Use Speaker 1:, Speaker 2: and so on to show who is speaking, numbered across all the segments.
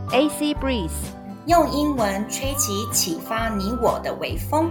Speaker 1: AC Breeze，
Speaker 2: 用英文吹起启发你我的微风。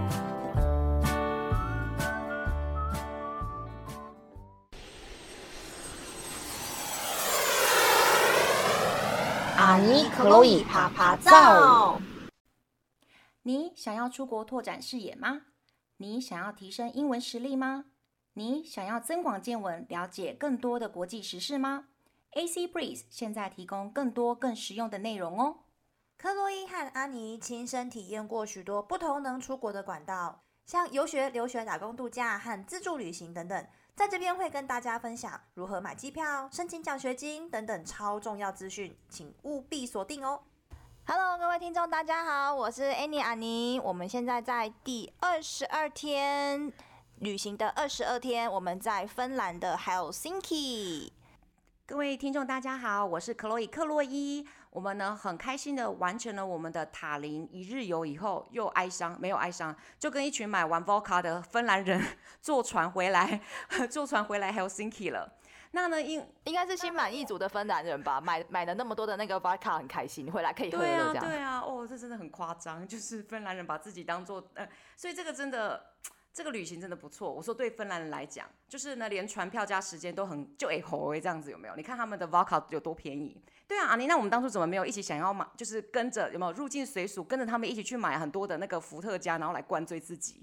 Speaker 1: 阿尼克洛伊趴趴造。
Speaker 2: 你想要出国拓展视野吗？你想要提升英文实力吗？你想要增广见闻，了解更多的国际时事吗？ AC Breeze 现在提供更多更实用的内容哦。
Speaker 3: 克洛伊和安妮亲身体验过许多不同能出国的管道，像游学、留学、打工度假和自助旅行等等。在这边会跟大家分享如何买机票、申请奖学金等等超重要资讯，请务必锁定哦。Hello， 各位听众，大家好，我是 Annie 安妮。我们现在在第22天旅行的22天，我们在芬兰的 Helsinki。
Speaker 2: 各位听众，大家好，我是克洛伊。我们呢很开心的完成了我们的塔林一日游以后，又没有哀伤，就跟一群买完 Vodka 的芬兰人坐船回来 Helsinki 了。那呢，应
Speaker 3: 该是心满意足的芬兰人吧，买了那么多的那个 vodka 很开心，回来可以喝了这样。
Speaker 2: 对啊，哦，这真的很夸张，就是芬兰人把自己当做所以这个真的。这个旅行真的不错，我说对芬兰人来讲，就是呢，连船票加时间都很就吼这样子，有没有？你看他们的 vodka 有多便宜？对啊，阿妮，那我们当初怎么没有一起想要买，就是跟着有没有入境随俗，跟着他们一起去买很多的那个伏特加，然后来灌醉自己？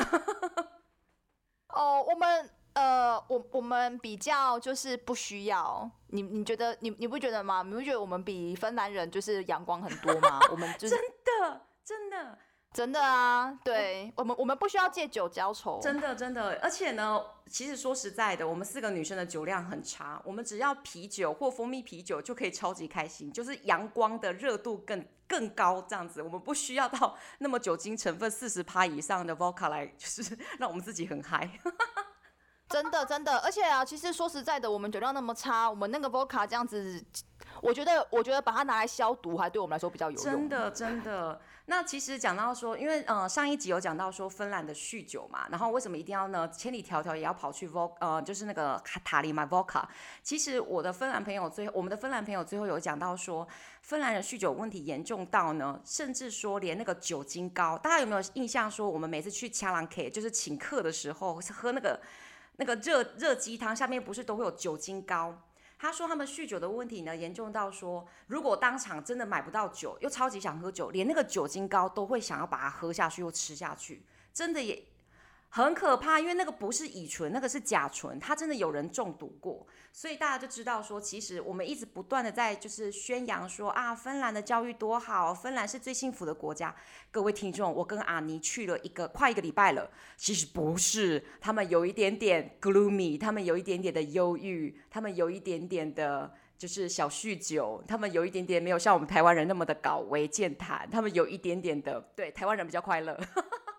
Speaker 3: 哦，我们比较就是不需要，你觉得你不觉得吗？你不觉得我们比芬兰人就是阳光很多吗？我们就是真的啊，对，我们不需要借酒浇愁，
Speaker 2: 真的，而且呢，其实说实在的，我们4个女生的酒量很差，我们只要啤酒或蜂蜜啤酒就可以超级开心，就是阳光的热度更高这样子，我们不需要到那么酒精成分40%以上的 vodka 来，就是让我们自己很嗨。
Speaker 3: 真的，而且啊，其实说实在的，我们酒量那么差，我们那个 vodka 这样子，我觉得把它拿来消毒，还对我们来说比较有用。
Speaker 2: 真的。那其实讲到说，因为上一集有讲到说芬兰的酗酒嘛，然后为什么一定要呢千里迢迢也要跑去就是那个塔林买 vodka？ 其实我们的芬兰朋友最后有讲到说，芬兰人酗酒问题严重到呢，甚至说连那个酒精膏，大家有没有印象说，我们每次去恰郎 K 就是请客的时候喝那个热鸡汤，下面不是都会有酒精膏？他说他们酗酒的问题呢，严重到说，如果当场真的买不到酒，又超级想喝酒，连那个酒精膏都会想要把它喝下去或吃下去，真的也很可怕。因为那个不是乙醇，那个是甲醇，它真的有人中毒过。所以大家就知道说，其实我们一直不断的在就是宣扬说啊，芬兰的教育多好，芬兰是最幸福的国家。各位听众，我跟阿妮去了快一个礼拜了，其实不是，他们有一点点 gloomy， 他们有一点点的忧郁，他们有一点点的就是小酗酒，他们有一点点没有像我们台湾人那么的搞微健谈，他们有一点点的，对，台湾人比较快乐。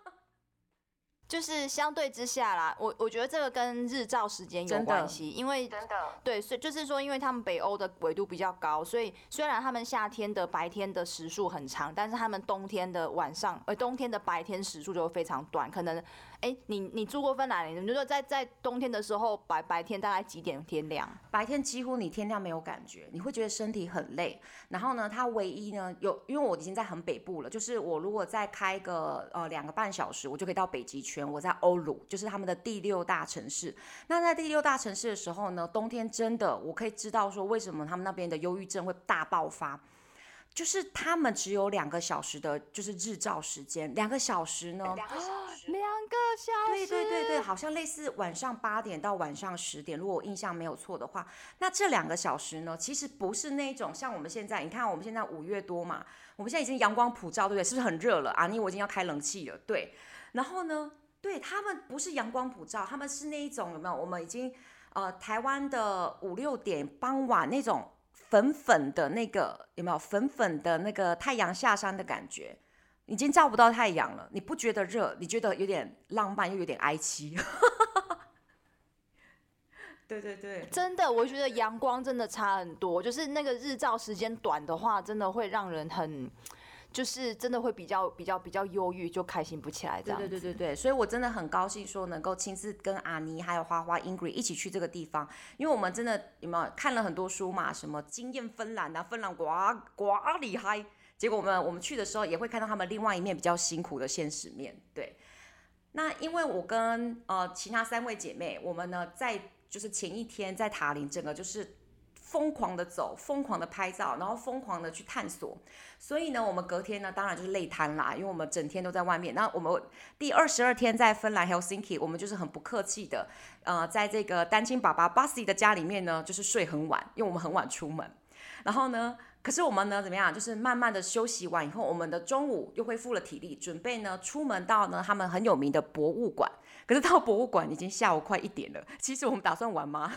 Speaker 3: 就是相对之下啦，我觉得这个跟日照时间有关系，因为对，所以就是说，因为他们北欧的纬度比较高，所以虽然他们夏天的白天的时数很长，但是他们冬天的白天时数就会非常短。可能，你住过芬兰，你就说在冬天的时候，白天大概几点天亮？
Speaker 2: 白天几乎你天亮没有感觉，你会觉得身体很累。然后呢，它唯一呢因为我已经在很北部了，就是我如果再开个2个半小时，我就可以到北极圈。我在欧鲁，就是他们的第6大城市。那在第6大城市的时候呢，冬天真的我可以知道说为什么他们那边的忧郁症会大爆发，就是他们只有2个小时的，就是日照时间，2个小时呢
Speaker 3: ，2个小时，
Speaker 2: 对，好像类似晚上8点到晚上10点，如果我印象没有错的话，那这2个小时呢，其实不是那种像我们现在，你看我们现在5月多嘛，我们现在已经阳光普照，对不对？是不是很热了？阿妮，我已经要开冷气了，对，然后呢？对，他们不是阳光普照，他们是那一种有没有？我们已经台湾的5、6点傍晚那种粉粉的那个有没有？粉粉的那个太阳下山的感觉，已经照不到太阳了。你不觉得热？你觉得有点浪漫又有点哀戚？对，
Speaker 3: 真的，我觉得阳光真的差很多，就是那个日照时间短的话，真的会让人很。
Speaker 4: 就是真的会比较忧郁，就开心不起来这样子。
Speaker 2: 对，所以我真的很高兴说能够亲自跟阿妮还有花花 Ingrid 一起去这个地方，因为我们真的有没有看了很多书嘛，什么惊艳芬兰啊，芬兰呱厉害，结果我们去的时候也会看到他们另外一面比较辛苦的现实面。对，那因为我跟其他3位姐妹，我们呢在就是前一天在塔林整个就是疯狂的走，疯狂的拍照，然后疯狂的去探索。所以呢，我们隔天呢，当然就是累瘫啦，因为我们整天都在外面。那我们第22天在芬兰 Helsinki， 我们就是很不客气的，在这个单亲爸爸 Bassi 的家里面呢，就是睡很晚，因为我们很晚出门。然后呢，可是我们呢怎么样？就是慢慢的休息完以后，我们的中午又恢复了体力，准备呢出门到呢他们很有名的博物馆。可是到博物馆已经下午快1点了。其实我们打算玩吗？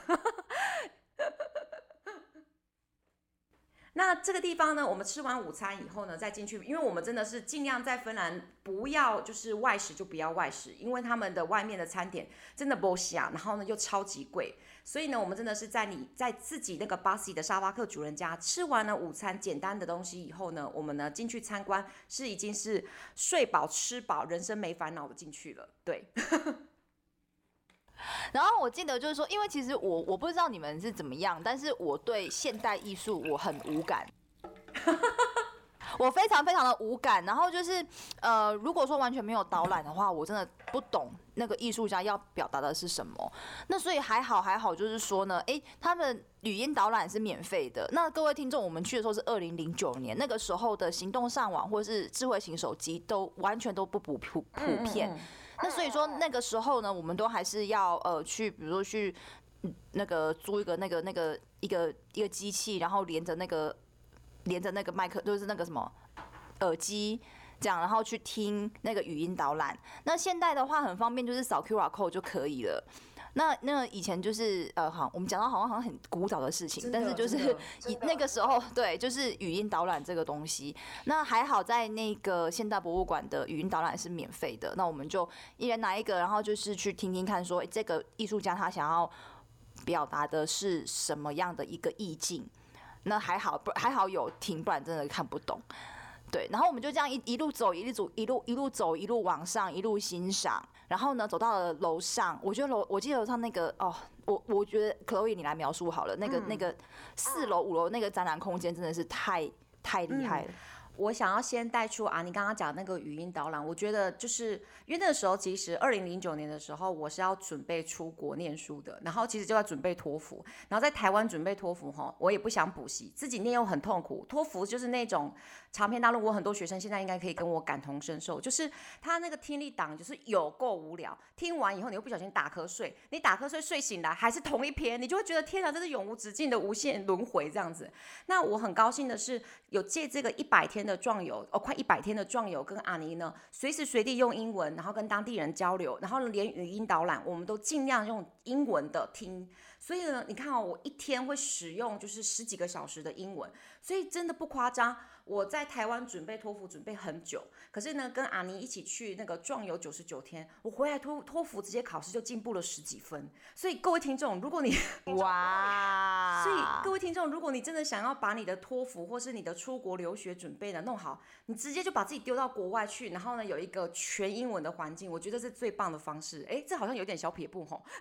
Speaker 2: 那这个地方呢，我们吃完午餐以后呢，再进去，因为我们真的是尽量在芬兰不要就是外食就不要外食，因为他们的外面的餐点真的不香，然后呢又超级贵，所以呢，我们真的是在自己那个巴西的沙发客主人家吃完了午餐简单的东西以后呢，我们呢进去参观是已经是睡饱吃饱，人生没烦恼的进去了，对。
Speaker 4: 然后我记得就是说，因为其实我不知道你们是怎么样，但是我对现代艺术我很无感，我非常非常的无感。然后就是如果说完全没有导览的话，我真的不懂那个艺术家要表达的是什么。那所以还好，就是说呢，他们语音导览是免费的。那各位听众，我们去的时候是2009年，那个时候的行动上网或是智慧型手机都完全都不普遍。那所以说那个时候呢，我们都还是要去，比如说去那个租一个一个机器，然后连着那个麦克，就是那个什么耳机。这样，然后去听那个语音导览。那现代的话很方便，就是扫 QR code 就可以了。那以前就是好，我们讲到好像很古早的事情，但是就是那个时候，对，就是语音导览这个东西。那还好，在那个现代博物馆的语音导览是免费的。那我们就一人拿一个，然后就是去听听看说，这个艺术家他想要表达的是什么样的一个意境。那还好有听，不然真的看不懂。对，然后我们就这样一路走，一路走，一路往上，一路欣赏。然后呢，走到了楼上，我记得楼上那个我觉得 Chloe 你来描述好了，那个4楼5楼那个展览空间真的是太厉害了。
Speaker 2: 我想要先带出你刚刚讲那个语音导览，我觉得就是因为那个时候其实2009年的时候我是要准备出国念书的，然后其实就要准备托福，然后在台湾准备托福我也不想补习，自己念又很痛苦。托福就是那种长篇大论，我很多学生现在应该可以跟我感同身受，就是他那个听力档就是有够无聊，听完以后你又不小心打瞌睡，你打瞌睡睡醒来还是同一篇，你就会觉得天哪，这是永无止境的无限轮回这样子。那我很高兴的是有借这个100天的壮游，快100天的壮游，跟阿妮呢随时随地用英文，然后跟当地人交流，然后连语音导览我们都尽量用英文的听。所以呢，你看我一天会使用就是10几个小时的英文，所以真的不夸张。我在台湾准备托福准备很久，可是呢，跟阿妮一起去那个壮游99天，我回来托福直接考试就进步了10几分。所以各位听众，如果你
Speaker 4: 哇，
Speaker 2: 所以各位听众，如果你真的想要把你的托福或是你的出国留学准备的弄好，你直接就把自己丢到国外去，然后呢有一个全英文的环境，我觉得是最棒的方式。这好像有点小撇步吼。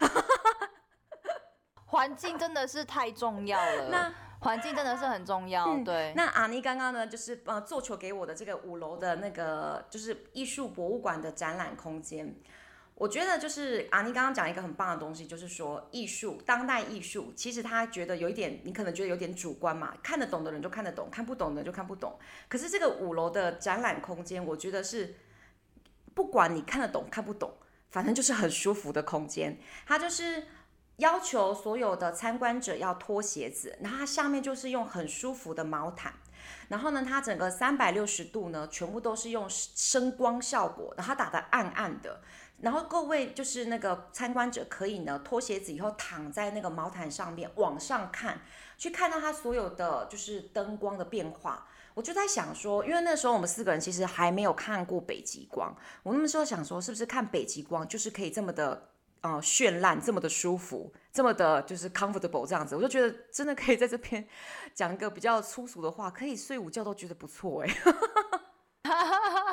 Speaker 4: 环境真的是太重要了。那环境真的是很重要，对。
Speaker 2: 那阿妮刚刚呢，就是做球给我的这个5楼的那个就是艺术博物馆的展览空间，我觉得就是阿妮刚刚讲一个很棒的东西，就是说艺术，当代艺术，其实他觉得有一点，你可能觉得有点主观嘛，看得懂的人就看得懂，看不懂的人就看不懂。可是这个5楼的展览空间，我觉得是不管你看得懂看不懂，反正就是很舒服的空间，它就是要求所有的参观者要脱鞋子，然后它下面就是用很舒服的毛毯，然后呢，它整个360度呢，全部都是用声光效果，然后它打得暗暗的，然后各位就是那个参观者可以呢脱鞋子以后躺在那个毛毯上面往上看，去看到它所有的就是灯光的变化。我就在想说，因为那时候我们4个人其实还没有看过北极光，我那时候想说，是不是看北极光就是可以这么的绚烂，这么的舒服，这么的就是 comfortable 这样子，我就觉得真的可以在这边讲一个比较粗俗的话，可以睡午觉都觉得不错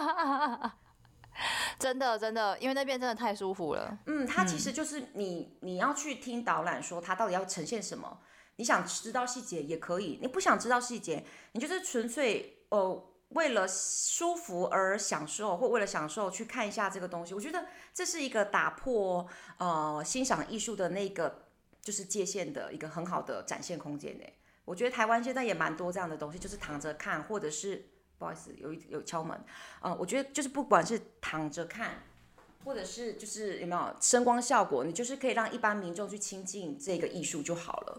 Speaker 4: 真的真的，因为那边真的太舒服了。
Speaker 2: 它其实就是你要去听导览说它到底要呈现什么，你想知道细节也可以，你不想知道细节，你就是纯粹为了舒服而享受，或为了享受去看一下这个东西。我觉得这是一个打破欣赏艺术的那个就是界限的一个很好的展现空间。我觉得台湾现在也蛮多这样的东西，就是躺着看，或者是不好意思有敲门，我觉得就是不管是躺着看，或者是就是有没有声光效果，你就是可以让一般民众去亲近这个艺术就好了。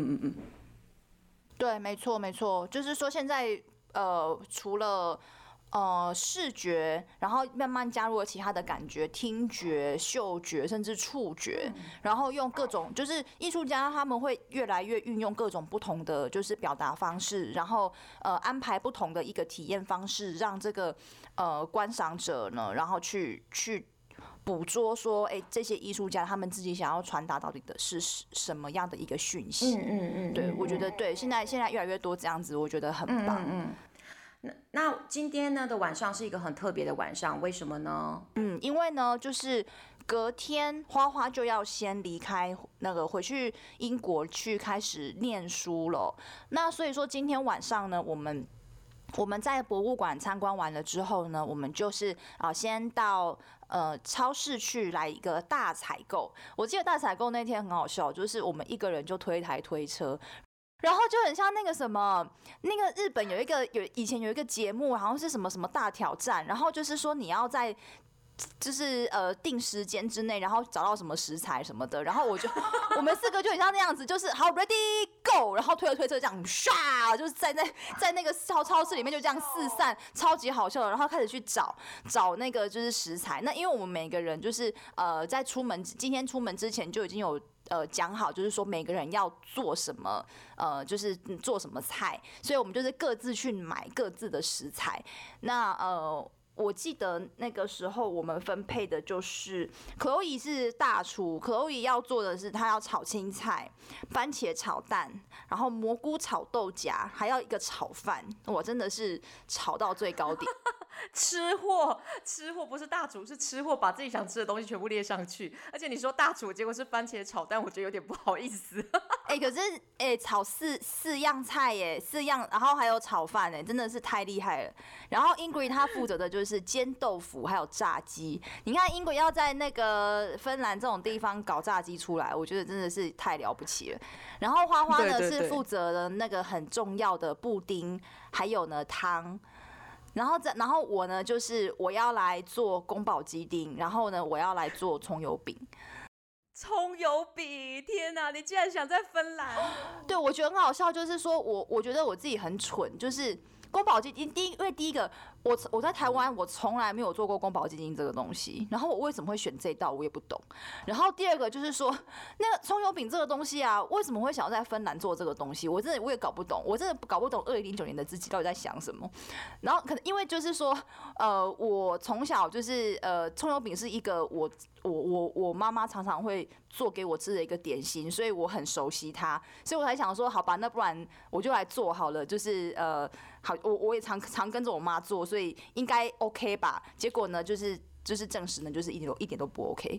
Speaker 4: 对，没错没错，就是说现在除了视觉，然后慢慢加入了其他的感觉，听觉、嗅觉，甚至触觉，然后用各种，就是艺术家他们会越来越运用各种不同的就是表达方式，然后安排不同的一个体验方式，让这个观赏者呢，然后去捕捉说，这些艺术家他们自己想要传达到底的是什么样的一个讯息？对，我觉得对，现在越来越多这样子，我觉得很棒。
Speaker 2: 那今天呢的晚上是一个很特别的晚上，为什么呢？
Speaker 4: 因为呢，就是隔天花花就要先离开回去英国去开始念书了。那所以说今天晚上呢，我们在博物馆参观完了之后呢，我们就是先到超市去来一个大采购。我记得大采购那天很好笑，就是我们一个人就推一台推车。然后就很像那个什么，那个日本以前有一个节目，好像是什么什么大挑战，然后就是说你要在就是定时间之内，然后找到什么食材什么的，然后我们4个就很像那样子，就是好 ready go， 然后推车这样唰，就是在那个超市里面就这样四散，超级好笑的，然后开始去找那个就是食材。那因为我们每个人就是在今天出门之前就已经有讲好，就是说每个人要做什么，就是做什么菜，所以我们就是各自去买各自的食材。那我记得那个时候我们分配的就是Chloe是大厨，Chloe要做的是她要炒青菜、番茄炒蛋，然后蘑菇炒豆荚，还要一个炒饭。我真的是炒到最高点。
Speaker 2: 吃货不是大厨，是吃货，把自己想吃的东西全部列上去。而且你说大厨，结果是番茄炒蛋，我觉得有点不好意思。
Speaker 4: 可是炒四样菜耶，4样，然后还有炒饭真的是太厉害了。然后 Ingrid 她负责的就是煎豆腐还有炸鸡。你看 Ingrid 要在那个芬兰这种地方搞炸鸡出来，我觉得真的是太了不起了。然后花花呢是负责了那个很重要的布丁，还有呢汤。然后我呢，就是我要来做宫保鸡丁，然后呢，我要来做葱油饼。
Speaker 2: 葱油饼，天哪！你竟然想在芬兰？
Speaker 4: 对，我觉得很好笑，就是说我觉得我自己很蠢，就是宫保鸡丁，因为第一个，我在台湾我从来没有做过宫保鸡丁这个东西，然后我为什么会选这道我也不懂。然后第二个就是说，那个葱油饼这个东西啊，为什么会想要在芬兰做这个东西？我也搞不懂，我真的搞不懂2009年的自己到底在想什么。然后可能因为就是说，我从小就是葱油饼是一个我妈妈常常会做给我吃的一个点心，所以我很熟悉它，所以我才想说，好吧，那不然我就来做好了，就是好，我也常跟着我妈做，所以应该 OK 吧？结果呢，就是证实呢，就是一点都不 OK。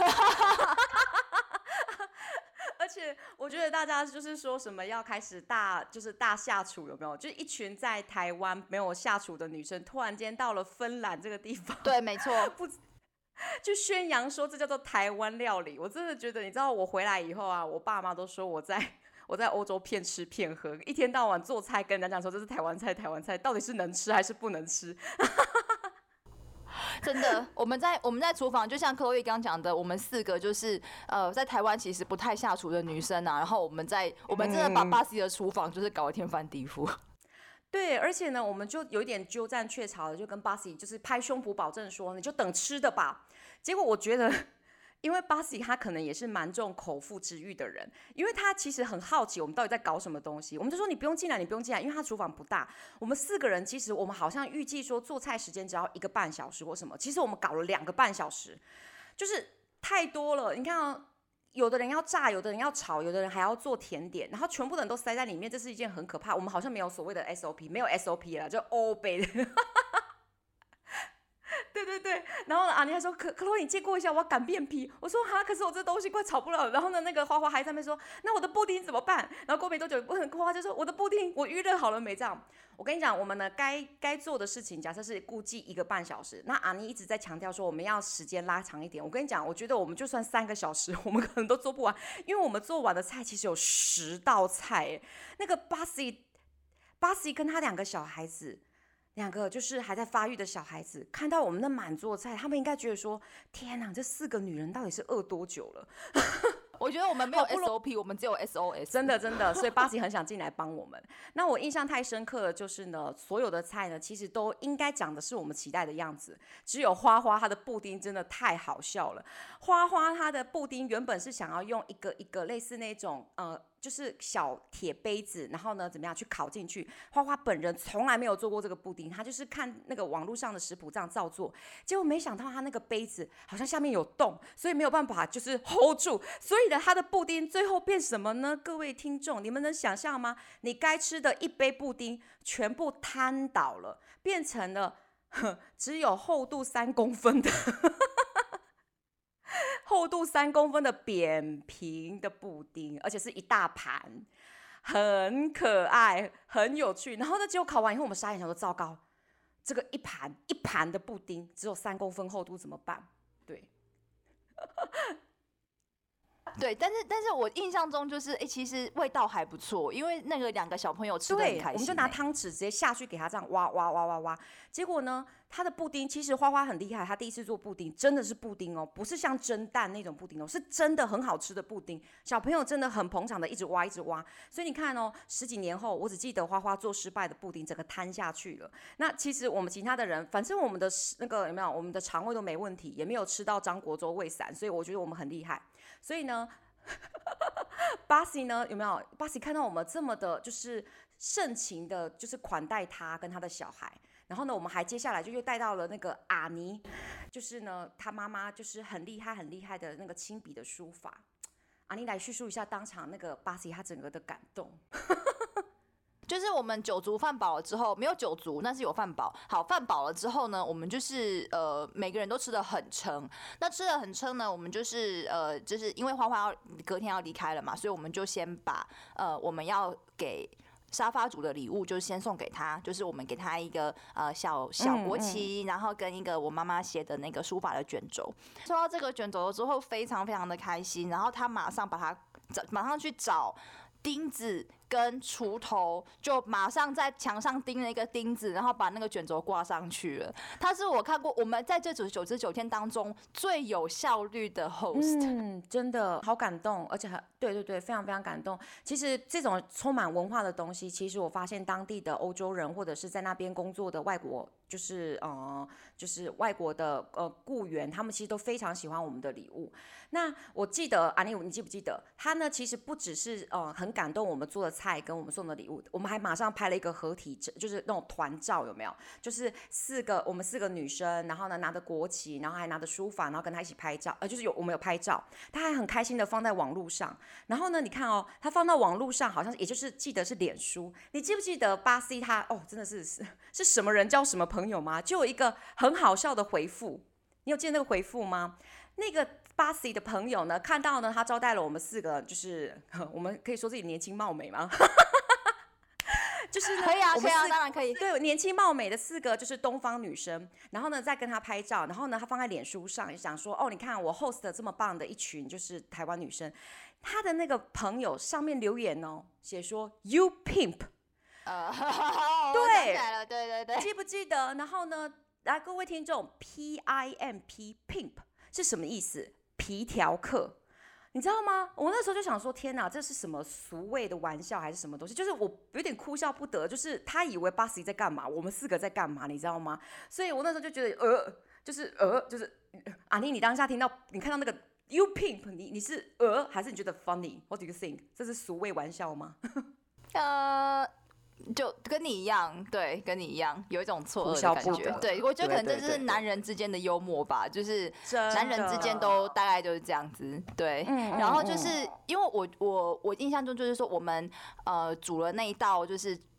Speaker 2: 而且我觉得大家就是说什么要开始大下厨，有没有？就是一群在台湾没有下厨的女生，突然间到了芬兰这个地方，
Speaker 4: 对，没错，
Speaker 2: 就宣扬说这叫做台湾料理。我真的觉得，你知道我回来以后啊，我爸妈都说我在欧洲骗吃骗喝，一天到晚做菜跟人家讲说这是台湾菜，到底是能吃还是不能吃？
Speaker 4: 真的，我们在厨房，就像Chloe刚讲的，我们4个就是在台湾其实不太下厨的女生啊，然后我们真的把巴西的厨房就是搞得天翻地覆。
Speaker 2: 对，而且呢，我们就有一点鸠占鹊巢的，就跟巴西就是拍胸脯保证说，你就等吃的吧。结果我觉得，因为巴西他可能也是蛮重口腹之欲的人，因为他其实很好奇我们到底在搞什么东西，我们就说你不用进来，因为他厨房不大。我们4个人其实我们好像预计说做菜时间只要1个半小时或什么，其实我们搞了2个半小时，就是太多了。你看啊，有的人要炸，有的人要炒，有的人还要做甜点，然后全部的人都塞在里面，这是一件很可怕。我们好像没有所谓的 SOP， 没有 SOP 了，就 all 杯的。 对对，然后呢，阿妮还说克洛伊，你借过一下，我要擀面皮。我说哈，可是我这东西快炒不了。然后呢，那个花花还在那边说，那我的布丁怎么办？然后过没多久，花花就说我的布丁我预热好了没？这样，我跟你讲，我们呢该做的事情，假设是估计1个半小时，那阿妮一直在强调说我们要时间拉长一点。我跟你讲，我觉得我们就算3个小时，我们可能都做不完，因为我们做完的菜其实有10道菜。那个巴西跟他2个小孩子。2个就是还在发育的小孩子，看到我们的满桌菜，他们应该觉得说：天哪，这4个女人到底是饿多久了？
Speaker 4: 我觉得我们没有 SOP， 我们只有 SOS。
Speaker 2: 真的，所以巴西很想进来帮我们。那我印象太深刻的就是呢，所有的菜呢，其实都应该长的是我们期待的样子。只有花花她的布丁真的太好笑了。花花她的布丁原本是想要用一个类似那种就是小铁杯子，然后呢怎么样去烤进去。花花本人从来没有做过这个布丁，她就是看那个网络上的食谱这样照做，结果没想到她那个杯子好像下面有洞，所以没有办法就是 hold 住，所以呢她的布丁最后变什么呢？各位听众，你们能想象吗？你该吃的1杯布丁全部瘫倒了，变成了只有厚度3公分的厚度3公分的扁平的布丁，而且是一大盘，很可爱，很有趣。然后呢，结果烤完以后，我们傻眼，想说糟糕，这个一盘的布丁只有3公分厚度，怎么办？对。
Speaker 4: 对，但是我印象中就是，其实味道还不错，因为那个2个小朋友吃得很开心。
Speaker 2: 对，我们就拿汤匙直接下去给他这样挖挖挖挖挖。结果呢，他的布丁其实花花很厉害，他第一次做布丁真的是布丁哦，不是像蒸蛋那种布丁哦，是真的很好吃的布丁。小朋友真的很捧场的，一直挖一直挖。所以你看哦，10几年后，我只记得花花做失败的布丁，整个摊下去了。那其实我们其他的人，反正我们的那个有没有，我们的肠胃都没问题，也没有吃到张国周胃散，所以我觉得我们很厉害。所以呢。巴西呢有没有？巴西看到我们这么的，就是盛情的，就是款待他跟他的小孩。然后呢，我们还接下来就又带到了那个阿尼，就是呢他妈妈就是很厉害的那个亲笔的书法。阿尼来叙述一下当场那个巴西他整个的感动。
Speaker 4: 就是我们酒足饭饱了之后，没有酒足，但是有饭饱。好，饭饱了之后呢，我们就是每个人都吃得很撑。那吃得很撑呢，我们就是就是因为花花隔天要离开了嘛，所以我们就先把我们要给沙发主的礼物，就是先送给他，就是我们给他一个小国旗，然后跟一个我妈妈写的那个书法的卷轴。收到这个卷轴之后，非常非常的开心，然后他马上去找钉子跟锄头，就马上在墙上钉了一个钉子，然后把那个卷轴挂上去了。他是我看过我们在这99天当中最有效率的 host。
Speaker 2: 真的好感动，而且对，非常非常感动。其实这种充满文化的东西，其实我发现当地的欧洲人或者是在那边工作的外国，就是外国的雇员，他们其实都非常喜欢我们的礼物。那我记得阿妮，你记不记得他呢？其实不只是很感动我们做的菜跟我们送的礼物，我们还马上拍了一个合体，就是那种团照，有没有？就是我们4个女生，然后呢拿着国旗，然后还拿着书法，然后跟他一起拍照，就是我们有拍照，他还很开心的放在网络上。然后呢，你看哦，他放到网络上，好像也就是记得是脸书。你记不记得巴西他真的是什么人交什么朋友吗？就有一个很好笑的回复，你有记得那个回复吗？那个巴西的朋友呢，看到呢，他招待了我们4个，就是我们可以说自己年轻貌美吗？就是
Speaker 4: 可以啊，当然可以。
Speaker 2: 对，年轻貌美的4个就是东方女生，然后呢再跟她拍照，然后呢她放在脸书上，想说你看我 host 这么棒的一群就是台湾女生，她的那个朋友上面留言写说 You pimp，
Speaker 4: 对，来了，对，
Speaker 2: 记不记得？然后呢，来各位听众 ，PIMP pimp 是什么意思？皮条客。你知道吗？我那时候就想说，天哪，这是什么俗味的玩笑还是什么东西？就是我有点哭笑不得，就是他以为巴西在干嘛，我们4个在干嘛，你知道吗？所以我那时候就觉得，就是阿妮，你当下听到你看到那个 You pimp， 你是还是你觉得 funny？What do you think？ 这是俗味玩笑吗？
Speaker 4: 就跟你一样，对，跟你一样，有一种错愕的感觉。对，我觉得可能这是男人之间的幽默吧，就是男人之间都大概就是这样子。对，然后就是因为我印象中就是说我们煮了那一道就是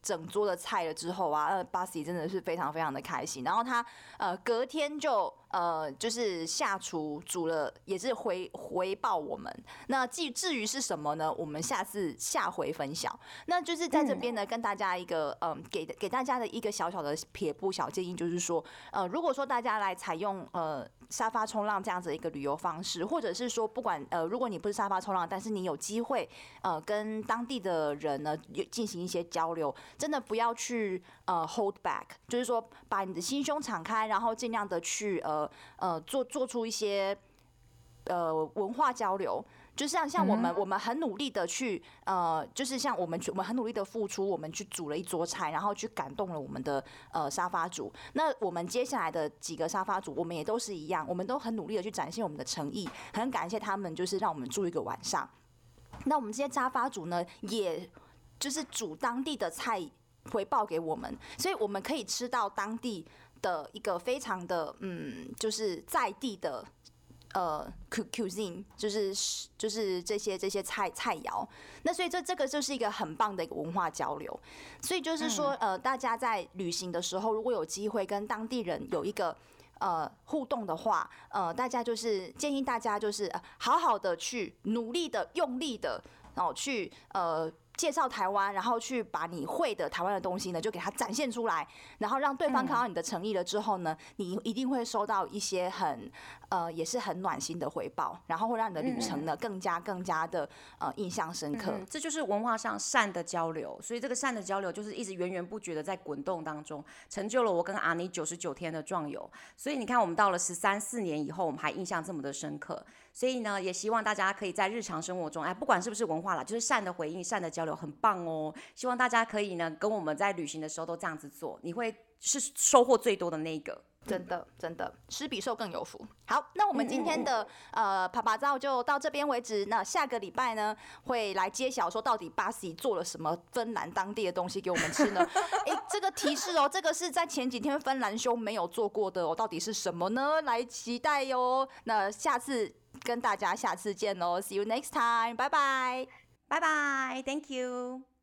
Speaker 4: 整桌的菜了之后啊，巴西真的是非常非常的开心。然后他隔天就是下厨煮了，也是回报我们。那至于是什么呢？我们下回分享。那就是在这边呢，跟大家一个给大家的一个小小的撇步小建议，就是说如果说大家来采用沙发冲浪这样子的一个旅游方式，或者是说不管如果你不是沙发冲浪，但是你有机会跟当地的人呢进行一些交流，真的不要去hold back， 就是说把你的心胸敞开，然后尽量的去做出一些文化交流。就像我们很努力的去就是像我们很努力的付出，我们去煮了一桌菜，然后去感动了我们的沙发主。那我们接下来的几个沙发主，我们也都是一样，我们都很努力的去展现我们的诚意，很感谢他们，就是让我们住一个晚上。那我们这些沙发主呢，也就是煮当地的菜回报给我们，所以我们可以吃到当地的一个非常的就是在地的。cuisine 就是这些菜肴，那所以这个就是一个很棒的一个文化交流。所以就是说，大家在旅行的时候，如果有机会跟当地人有一个互动的话，大家就是建议大家就是好好的去努力的、用力的，然后去介绍台湾，然后去把你会的台湾的东西呢，就给它展现出来，然后让对方看到你的诚意了之后呢，你一定会收到一些也是很暖心的回报，然后会让你的旅程呢更加的印象深刻。
Speaker 2: 这就是文化上善的交流，所以这个善的交流就是一直源源不绝的在滚动当中，成就了我跟阿妮99天的壮游。所以你看，我们到了13、14年以后，我们还印象这么的深刻。所以呢，也希望大家可以在日常生活中，不管是不是文化啦，就是善的回应、善的交流，很棒哦。希望大家可以呢，跟我们在旅行的时候都这样子做，你会是收获最多的那一个。
Speaker 4: 真的，施比受更有福。好，那我们今天的啪啪照就到这边为止。那下个礼拜呢，会来揭晓说到底巴西做了什么芬兰当地的东西给我们吃呢？这个提示这个是在前几天芬兰兄没有做过的到底是什么呢？来期待哟。那下次跟大家下次见喽 ，See you next time， 拜拜，
Speaker 2: 拜拜 ，Thank you。